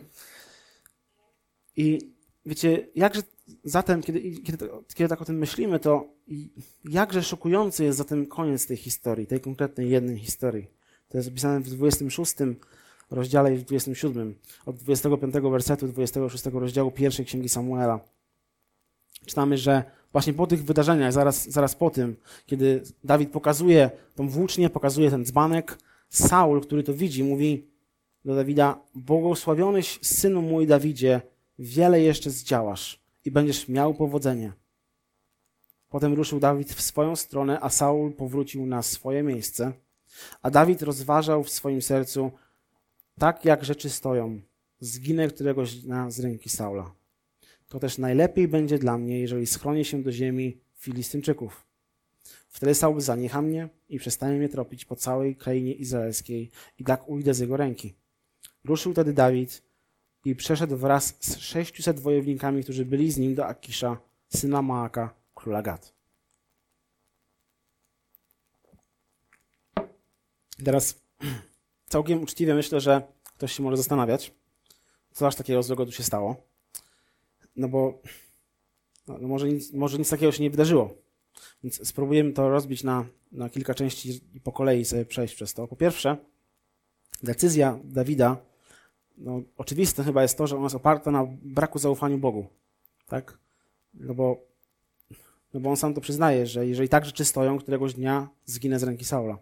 I wiecie, jakże zatem, kiedy, kiedy, kiedy tak o tym myślimy, to jakże szokujący jest zatem koniec tej historii, tej konkretnej jednej historii. To jest opisane w dwudziestym szóstym rozdziale i w dwudziestym siódmym, od dwudziestego piątego wersetu dwudziestego szóstego rozdziału pierwszej Księgi Samuela. Czytamy, że właśnie po tych wydarzeniach, zaraz, zaraz po tym, kiedy Dawid pokazuje tą włócznię, pokazuje ten dzbanek, Saul, który to widzi, mówi do Dawida: błogosławionyś, synu mój Dawidzie, wiele jeszcze zdziałasz i będziesz miał powodzenie. Potem ruszył Dawid w swoją stronę, a Saul powrócił na swoje miejsce. A Dawid rozważał w swoim sercu: tak jak rzeczy stoją, zginę któregoś dnia z ręki Saula. To też najlepiej będzie dla mnie, jeżeli schronię się do ziemi Filistynczyków. Wtedy Saul zaniecha mnie i przestanie mnie tropić po całej krainie izraelskiej i tak ujdę z jego ręki. Ruszył wtedy Dawid i przeszedł wraz z sześciuset wojownikami, którzy byli z nim, do Akisza, syna Maaka, króla Gad. Teraz całkiem uczciwie myślę, że ktoś się może zastanawiać, co aż takiego złego tu się stało. No bo no może, nic, może nic takiego się nie wydarzyło. Więc spróbujemy to rozbić na, na kilka części i po kolei sobie przejść przez to. Po pierwsze, decyzja Dawida, no oczywiste chyba jest to, że ona jest oparta na braku zaufania Bogu. Tak? No bo, no bo on sam to przyznaje, że jeżeli tak rzeczy stoją, któregoś dnia zginę z ręki Saula.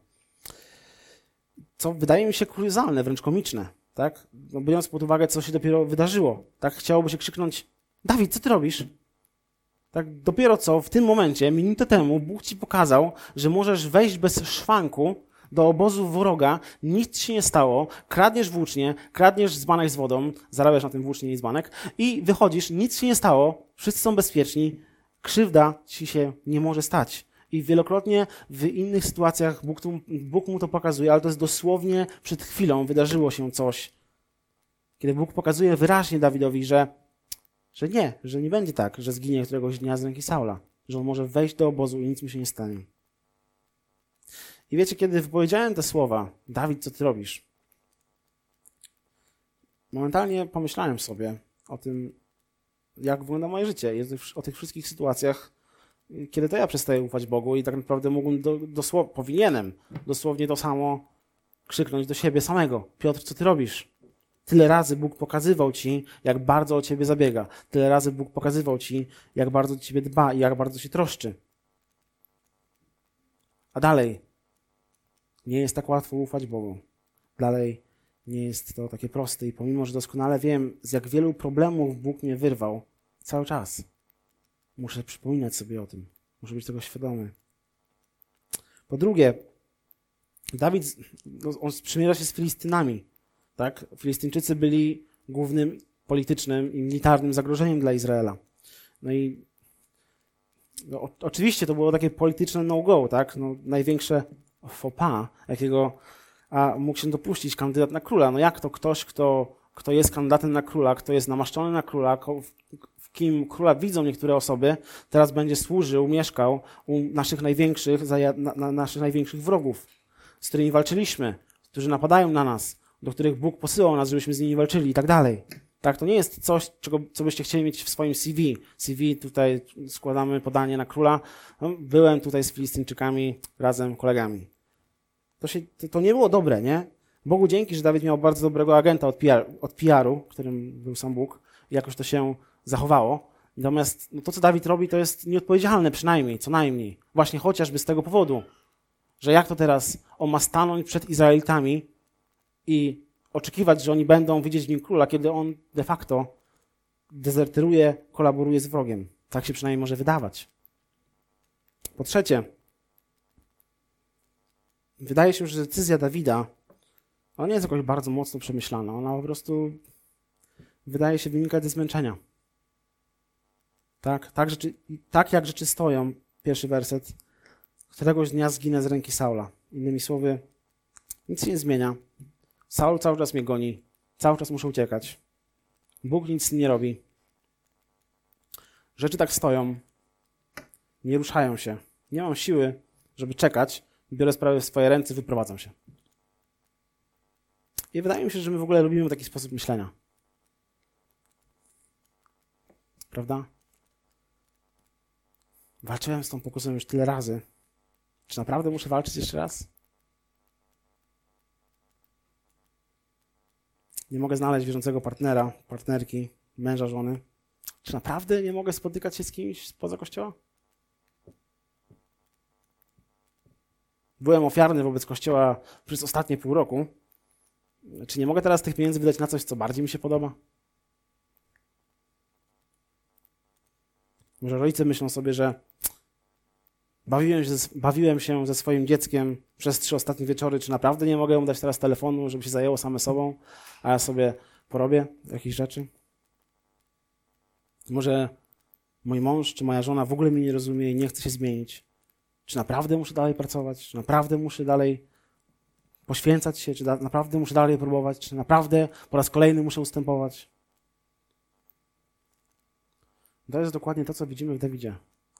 Co wydaje mi się kuriozalne, wręcz komiczne. Tak? No biorąc pod uwagę, co się dopiero wydarzyło. Tak chciałoby się krzyknąć: Dawid, co ty robisz? Tak, dopiero co w tym momencie, minutę temu, Bóg ci pokazał, że możesz wejść bez szwanku do obozu wroga, nic ci nie stało, kradniesz włócznie, kradniesz dzbanek z wodą, zarabiasz na tym włócznie i dzbanek i wychodzisz, nic ci nie stało, wszyscy są bezpieczni, krzywda ci się nie może stać. I wielokrotnie w innych sytuacjach Bóg, tu, Bóg mu to pokazuje, ale to jest dosłownie przed chwilą wydarzyło się coś, kiedy Bóg pokazuje wyraźnie Dawidowi, że Że nie, że nie będzie tak, że zginie któregoś dnia z ręki Saula, że on może wejść do obozu i nic mu się nie stanie. I wiecie, kiedy wypowiedziałem te słowa: Dawid, co ty robisz? Momentalnie pomyślałem sobie o tym, jak wygląda moje życie, o tych wszystkich sytuacjach, kiedy to ja przestaję ufać Bogu i tak naprawdę mógłbym, do, dosłow, powinienem dosłownie to samo krzyknąć do siebie samego: Piotr, co ty robisz? Tyle razy Bóg pokazywał ci, jak bardzo o ciebie zabiega. Tyle razy Bóg pokazywał ci, jak bardzo o ciebie dba i jak bardzo się troszczy. A dalej nie jest tak łatwo ufać Bogu. Dalej nie jest to takie proste i pomimo, że doskonale wiem, z jak wielu problemów Bóg mnie wyrwał, cały czas muszę przypominać sobie o tym. Muszę być tego świadomy. Po drugie, Dawid, on sprzymierza się z Filistynami. Tak? Filistyńczycy byli głównym politycznym i militarnym zagrożeniem dla Izraela. No i no, o, oczywiście to było takie polityczne no-go, tak? No, największe faux pas, jakiego a, mógł się dopuścić kandydat na króla. No jak to ktoś, kto, kto jest kandydatem na króla, kto jest namaszczony na króla, w, w kim króla widzą niektóre osoby, teraz będzie służył, mieszkał u naszych największych, na, na naszych największych wrogów, z którymi walczyliśmy, którzy napadają na nas, do których Bóg posyłał nas, żebyśmy z nimi walczyli i tak dalej. Tak, to nie jest coś, czego, co byście chcieli mieć w swoim C V. C V, tutaj składamy podanie na króla. No, byłem tutaj z Filistyńczykami razem, kolegami. To, się, to, to nie było dobre, nie? Bogu dzięki, że Dawid miał bardzo dobrego agenta od P R, od P R-u, którym był sam Bóg. I jakoś to się zachowało. Natomiast no, to, co Dawid robi, to jest nieodpowiedzialne przynajmniej, co najmniej. Właśnie chociażby z tego powodu, że jak to teraz on ma stanąć przed Izraelitami i oczekiwać, że oni będą widzieć w nim króla, kiedy on de facto dezerteruje, kolaboruje z wrogiem. Tak się przynajmniej może wydawać. Po trzecie, wydaje się, że decyzja Dawida, ona nie jest jakoś bardzo mocno przemyślana. Ona po prostu wydaje się wynikać ze zmęczenia. Tak, tak, rzeczy, tak jak rzeczy stoją, pierwszy werset, któregoś dnia zginę z ręki Saula. Innymi słowy, nic się nie zmienia. Saul cały czas mnie goni. Cały czas muszę uciekać. Bóg nic nie robi. Rzeczy tak stoją, nie ruszają się. Nie mam siły, żeby czekać. Biorę sprawy w swoje ręce, wyprowadzam się. I wydaje mi się, że my w ogóle lubimy taki sposób myślenia. Prawda? Walczyłem z tą pokusą już tyle razy. Czy naprawdę muszę walczyć jeszcze raz? Nie mogę znaleźć wierzącego partnera, partnerki, męża, żony. Czy naprawdę nie mogę spotykać się z kimś spoza Kościoła? Byłem ofiarny wobec Kościoła przez ostatnie pół roku. Czy nie mogę teraz tych pieniędzy wydać na coś, co bardziej mi się podoba? Może rodzice myślą sobie, że bawiłem się, bawiłem się ze swoim dzieckiem przez trzy ostatnie wieczory, czy naprawdę nie mogę mu dać teraz telefonu, żeby się zajęło same sobą, a ja sobie porobię jakieś rzeczy? Może mój mąż czy moja żona w ogóle mnie nie rozumie i nie chce się zmienić. Czy naprawdę muszę dalej pracować? Czy naprawdę muszę dalej poświęcać się? Czy da- naprawdę muszę dalej próbować? Czy naprawdę po raz kolejny muszę ustępować? To jest dokładnie to, co widzimy w Dawidzie.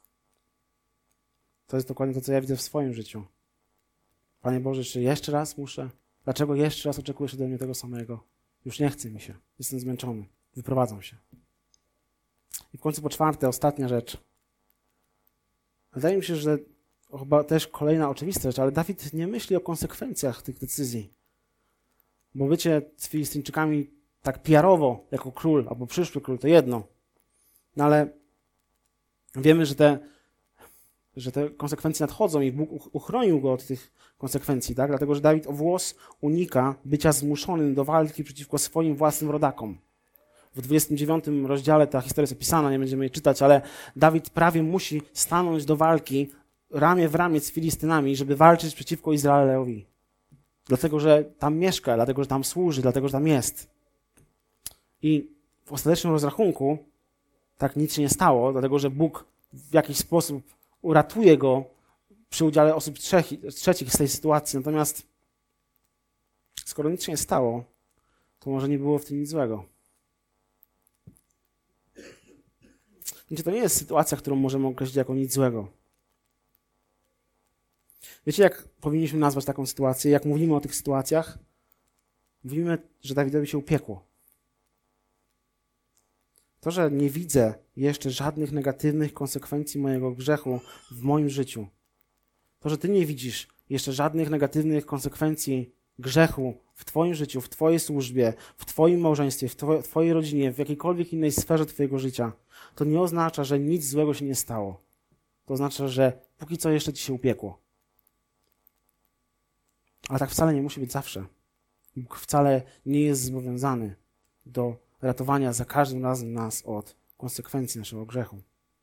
To jest dokładnie to, co ja widzę w swoim życiu. Panie Boże, czy jeszcze raz muszę? Dlaczego jeszcze raz oczekujesz ode mnie tego samego? Już nie chce mi się. Jestem zmęczony. Wyprowadzam się. I w końcu po czwarte, ostatnia rzecz. Wydaje mi się, że chyba też kolejna oczywista rzecz, ale Dawid nie myśli o konsekwencjach tych decyzji. Bo bycie z Filistyńczykami tak P R-owo, jako król albo przyszły król, to jedno. No ale wiemy, że te, że te konsekwencje nadchodzą i Bóg uchronił go od tych konsekwencji, tak? Dlatego, że Dawid o włos unika bycia zmuszonym do walki przeciwko swoim własnym rodakom. W dwudziestym dziewiątym rozdziale ta historia jest opisana, nie będziemy jej czytać, ale Dawid prawie musi stanąć do walki ramię w ramię z Filistynami, żeby walczyć przeciwko Izraelowi. Dlatego, że tam mieszka, dlatego, że tam służy, dlatego, że tam jest. I w ostatecznym rozrachunku tak nic się nie stało, dlatego, że Bóg w jakiś sposób uratuje go przy udziale osób trzech, trzecich z tej sytuacji. Natomiast skoro nic się nie stało, to może nie było w tym nic złego. Wiecie, to nie jest sytuacja, którą możemy określić jako nic złego. Wiecie, jak powinniśmy nazwać taką sytuację? Jak mówimy o tych sytuacjach? Mówimy, że Dawidowi się upiekło. To, że nie widzę jeszcze żadnych negatywnych konsekwencji mojego grzechu w moim życiu. To, że ty nie widzisz jeszcze żadnych negatywnych konsekwencji grzechu w twoim życiu, w twojej służbie, w twoim małżeństwie, w twojej, twojej rodzinie, w jakiejkolwiek innej sferze twojego życia, to nie oznacza, że nic złego się nie stało. To oznacza, że póki co jeszcze ci się upiekło. Ale tak wcale nie musi być zawsze. Bóg wcale nie jest zobowiązany do ratowania za każdym razem nas od konsekwencji naszego grzechu.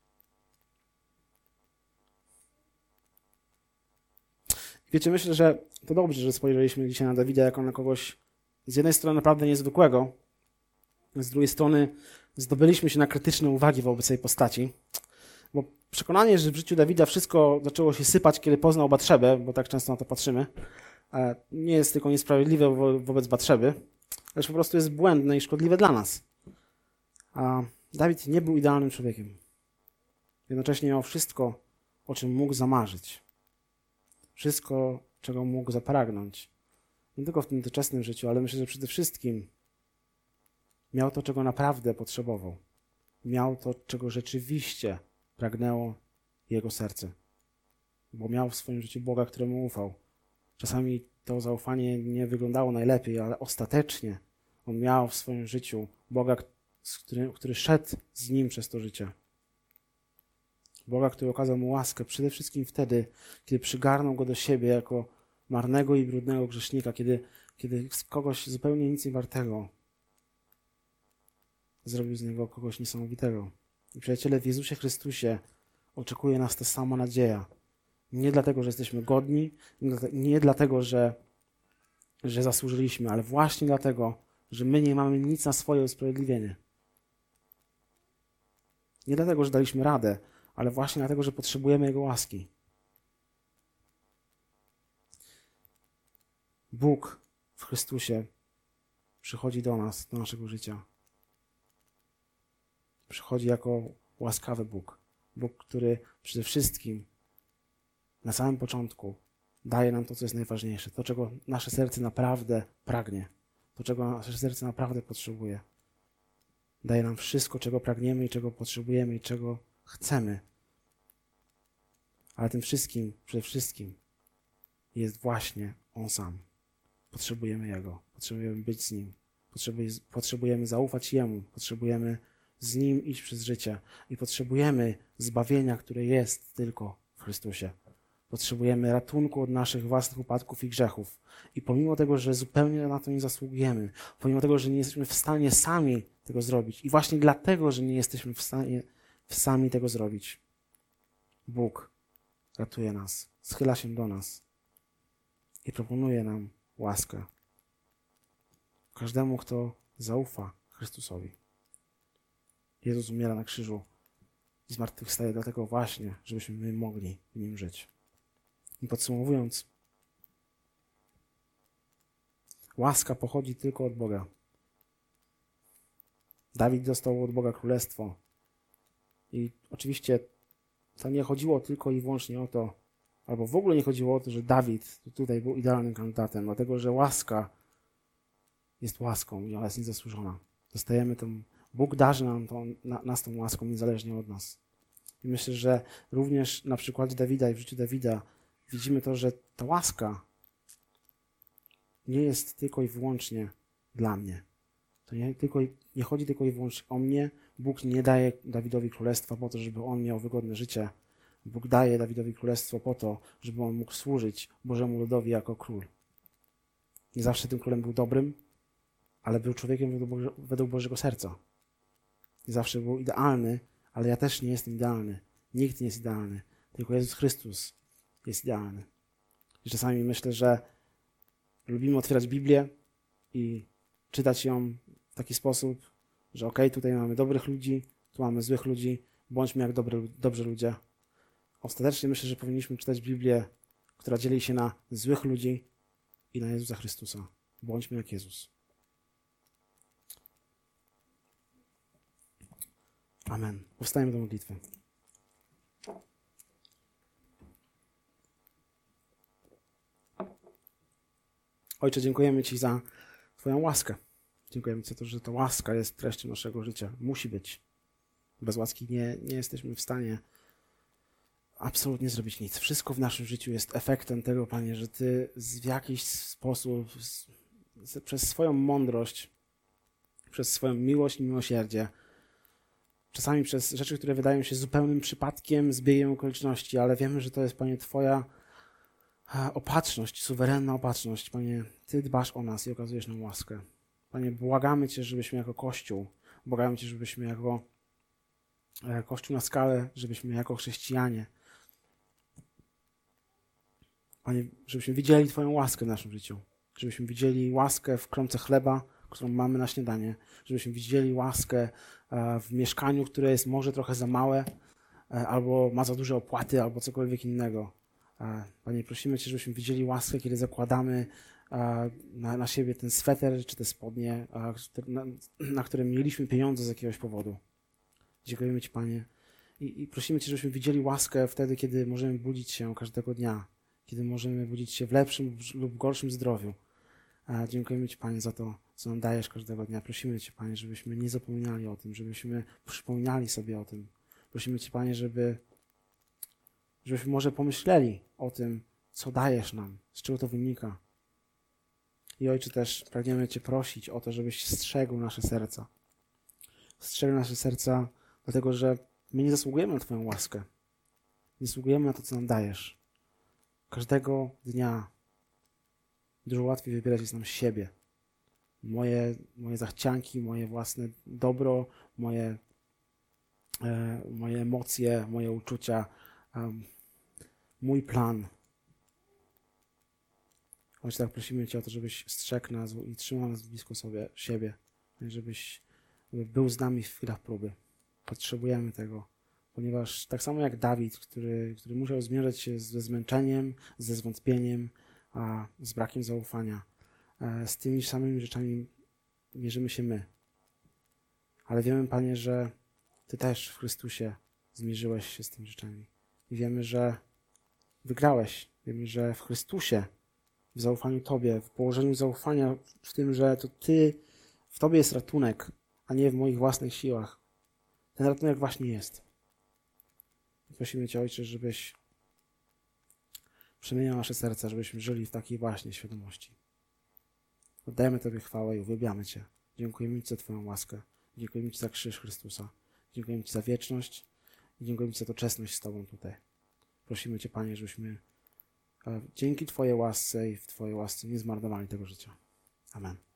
Wiecie, myślę, że to dobrze, że spojrzeliśmy dzisiaj na Dawida jako na kogoś z jednej strony naprawdę niezwykłego, z drugiej strony zdobyliśmy się na krytyczne uwagi wobec tej postaci, bo przekonanie, że w życiu Dawida wszystko zaczęło się sypać, kiedy poznał Batrzebę, bo tak często na to patrzymy, nie jest tylko niesprawiedliwe wo- wobec Batrzeby, lecz po prostu jest błędne i szkodliwe dla nas. A Dawid nie był idealnym człowiekiem. Jednocześnie miał wszystko, o czym mógł zamarzyć. Wszystko, czego mógł zapragnąć. Nie tylko w tym doczesnym życiu, ale myślę, że przede wszystkim miał to, czego naprawdę potrzebował. Miał to, czego rzeczywiście pragnęło jego serce. Bo miał w swoim życiu Boga, któremu ufał. Czasami to zaufanie nie wyglądało najlepiej, ale ostatecznie on miał w swoim życiu Boga, który, który szedł z nim przez to życie. Boga, który okazał mu łaskę przede wszystkim wtedy, kiedy przygarnął go do siebie jako marnego i brudnego grzesznika, kiedy, kiedy z kogoś zupełnie nic nie wartego zrobił z niego kogoś niesamowitego. I przyjaciele, w Jezusie Chrystusie oczekuje nas ta sama nadzieja. Nie dlatego, że jesteśmy godni, nie dlatego, że, że zasłużyliśmy, ale właśnie dlatego, że my nie mamy nic na swoje usprawiedliwienie. Nie dlatego, że daliśmy radę, ale właśnie dlatego, że potrzebujemy Jego łaski. Bóg w Chrystusie przychodzi do nas, do naszego życia. Przychodzi jako łaskawy Bóg. Bóg, który przede wszystkim na samym początku daje nam to, co jest najważniejsze, to, czego nasze serce naprawdę pragnie, to, czego nasze serce naprawdę potrzebuje. Daje nam wszystko, czego pragniemy i czego potrzebujemy i czego chcemy. Ale tym wszystkim, przede wszystkim jest właśnie On sam. Potrzebujemy Jego, potrzebujemy być z Nim, potrzebujemy zaufać Jemu, potrzebujemy z Nim iść przez życie i potrzebujemy zbawienia, które jest tylko w Chrystusie. Potrzebujemy ratunku od naszych własnych upadków i grzechów. I pomimo tego, że zupełnie na to nie zasługujemy, pomimo tego, że nie jesteśmy w stanie sami tego zrobić i właśnie dlatego, że nie jesteśmy w stanie sami tego zrobić, Bóg ratuje nas, schyla się do nas i proponuje nam łaskę. Każdemu, kto zaufa Chrystusowi. Jezus umiera na krzyżu i zmartwychwstaje dlatego właśnie, żebyśmy my mogli w Nim żyć. I podsumowując, łaska pochodzi tylko od Boga. Dawid dostał od Boga królestwo. I oczywiście to nie chodziło tylko i wyłącznie o to, albo w ogóle nie chodziło o to, że Dawid tutaj był idealnym kandydatem, dlatego że łaska jest łaską i ona jest niezasłużona. Dostajemy tą, Bóg darzy nam tą, na, nas tą łaską niezależnie od nas. I myślę, że również na przykładzie Dawida i w życiu Dawida widzimy to, że ta łaska nie jest tylko i wyłącznie dla mnie. To nie, tylko, nie chodzi tylko i wyłącznie o mnie. Bóg nie daje Dawidowi królestwa po to, żeby on miał wygodne życie. Bóg daje Dawidowi królestwo po to, żeby on mógł służyć Bożemu ludowi jako król. Nie zawsze tym królem był dobrym, ale był człowiekiem według, Boże, według Bożego serca. Nie zawsze był idealny, ale ja też nie jestem idealny. Nikt nie jest idealny. Tylko Jezus Chrystus jest idealny. I czasami myślę, że lubimy otwierać Biblię i czytać ją w taki sposób, że okej, okay, tutaj mamy dobrych ludzi, tu mamy złych ludzi, bądźmy jak dobry, dobrzy ludzie. Ostatecznie myślę, że powinniśmy czytać Biblię, która dzieli się na złych ludzi i na Jezusa Chrystusa. Bądźmy jak Jezus. Amen. Powstajemy do modlitwy. Ojcze, dziękujemy Ci za Twoją łaskę. Dziękujemy Ci za to, że ta łaska jest treścią naszego życia. Musi być. Bez łaski nie, nie jesteśmy w stanie absolutnie zrobić nic. Wszystko w naszym życiu jest efektem tego, Panie, że Ty w jakiś sposób, z, z, przez swoją mądrość, przez swoją miłość i miłosierdzie, czasami przez rzeczy, które wydają się zupełnym przypadkiem, zbiegiem okoliczności, ale wiemy, że to jest, Panie, Twoja opatrzność, suwerenna opatrzność. Panie, Ty dbasz o nas i okazujesz nam łaskę. Panie, błagamy Cię, żebyśmy jako Kościół, błagamy Cię, żebyśmy jako Kościół na skalę, żebyśmy jako chrześcijanie, Panie, żebyśmy widzieli Twoją łaskę w naszym życiu. Żebyśmy widzieli łaskę w kromce chleba, którą mamy na śniadanie. Żebyśmy widzieli łaskę w mieszkaniu, które jest może trochę za małe, albo ma za duże opłaty, albo cokolwiek innego. Panie, prosimy Cię, żebyśmy widzieli łaskę, kiedy zakładamy na, na siebie ten sweter czy te spodnie, na, na które mieliśmy pieniądze z jakiegoś powodu. Dziękujemy Ci, Panie. I, I prosimy Cię, żebyśmy widzieli łaskę wtedy, kiedy możemy budzić się każdego dnia, kiedy możemy budzić się w lepszym lub gorszym zdrowiu. Dziękujemy Ci, Panie, za to, co nam dajesz każdego dnia. Prosimy Cię, Panie, żebyśmy nie zapominali o tym, żebyśmy przypominali sobie o tym. Prosimy Cię, Panie, żeby żebyśmy może pomyśleli o tym, co dajesz nam, z czego to wynika. I Ojcze, też pragniemy Cię prosić o to, żebyś strzegł nasze serca. Strzegł nasze serca, dlatego że my nie zasługujemy na Twoją łaskę. Nie zasługujemy na to, co nam dajesz. Każdego dnia dużo łatwiej wybierać jest nam siebie. Moje, moje zachcianki, moje własne dobro, moje, e, moje emocje, moje uczucia, um, mój plan. Ojcze, tak prosimy Cię o to, żebyś strzegł nas i trzymał nas blisko sobie, siebie. Żebyś był z nami w chwilach próby. Potrzebujemy tego, ponieważ tak samo jak Dawid, który, który musiał zmierzyć się ze zmęczeniem, ze zwątpieniem, a z brakiem zaufania, z tymi samymi rzeczami mierzymy się my. Ale wiemy, Panie, że Ty też w Chrystusie zmierzyłeś się z tymi rzeczami. I wiemy, że wygrałeś. Wiemy, że w Chrystusie, w zaufaniu Tobie, w położeniu zaufania w tym, że to Ty, w Tobie jest ratunek, a nie w moich własnych siłach. Ten ratunek właśnie jest. I prosimy Cię, Ojcze, żebyś przemieniał nasze serca, żebyśmy żyli w takiej właśnie świadomości. Oddajemy Tobie chwałę i uwielbiamy Cię. Dziękujemy Ci za Twoją łaskę. Dziękujemy Ci za krzyż Chrystusa. Dziękujemy Ci za wieczność i dziękujemy Ci za to czesność z Tobą tutaj. Prosimy Cię, Panie, żebyśmy dzięki Twojej łasce i w Twojej łasce nie zmarnowali tego życia. Amen.